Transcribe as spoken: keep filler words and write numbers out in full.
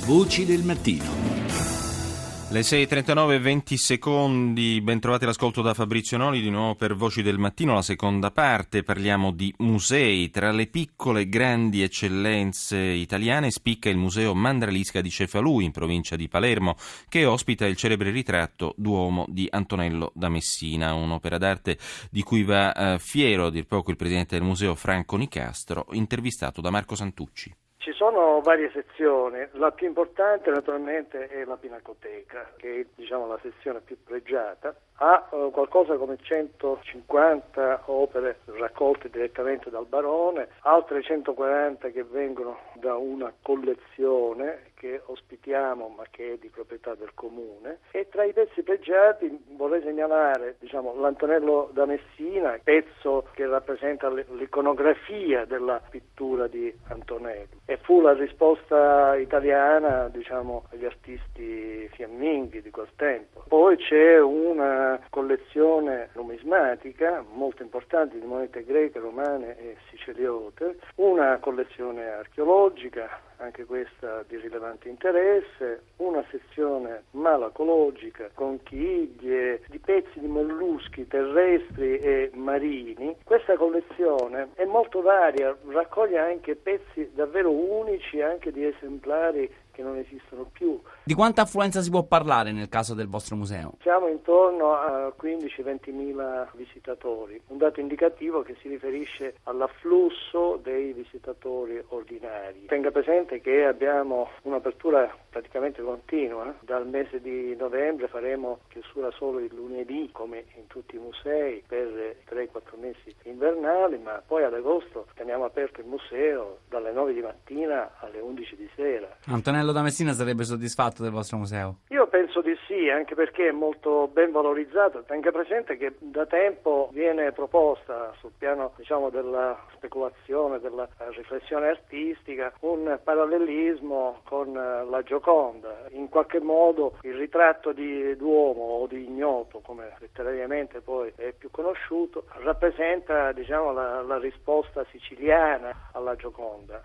Voci del mattino. Le sei e trentanove e venti secondi, ben trovati l'ascolto da Fabrizio Noli, di nuovo per Voci del Mattino, la seconda parte. Parliamo di musei. Tra le piccole grandi eccellenze italiane spicca il Museo Mandralisca di Cefalù, in provincia di Palermo, che ospita il celebre ritratto Duomo di Antonello da Messina, un'opera d'arte di cui va eh, fiero a dir poco il presidente del museo Franco Nicastro, intervistato da Marco Santucci. Ci sono varie sezioni, la più importante naturalmente è la Pinacoteca, che è diciamo la sezione più pregiata, ha eh, qualcosa come centocinquanta opere raccolte direttamente dal barone, altre centoquaranta che vengono da una collezione che ospitiamo ma che è di proprietà del comune, e tra i pezzi pregiati vorrei segnalare diciamo l'Antonello da Messina, pezzo che rappresenta l'iconografia della pittura di Antonello. E fu la risposta italiana, diciamo, agli artisti fiamminghi di quel tempo. Poi c'è una collezione numismatica molto importante di monete greche, romane e siciliote, una collezione archeologica, anche questa di rilevante interesse, una sezione malacologica, conchiglie, di pezzi di molluschi terrestri e marini. Questa collezione è molto varia, raccoglie anche pezzi davvero unici, anche di esemplari che non esistono più. Di quanta affluenza si può parlare nel caso del vostro museo? Siamo intorno a quindici ventimila visitatori, un dato indicativo che si riferisce all'afflusso dei visitatori ordinari. Tenga presente che abbiamo un'apertura praticamente continua, dal mese di novembre faremo chiusura solo il lunedì come in tutti i musei per tre quattro mesi invernali, ma poi ad agosto teniamo aperto il museo dalle nove di mattina alle undici di sera. Antonello da Messina sarebbe soddisfatto del vostro museo? Io penso di sì, anche perché è molto ben valorizzato. Tenga presente che da tempo viene proposta sul piano diciamo della speculazione, della riflessione artistica, un parallelismo con la Gioconda. In qualche modo il ritratto di Duomo o di Ignoto, come letterariamente poi è più conosciuto, rappresenta diciamo la, la risposta siciliana alla Gioconda.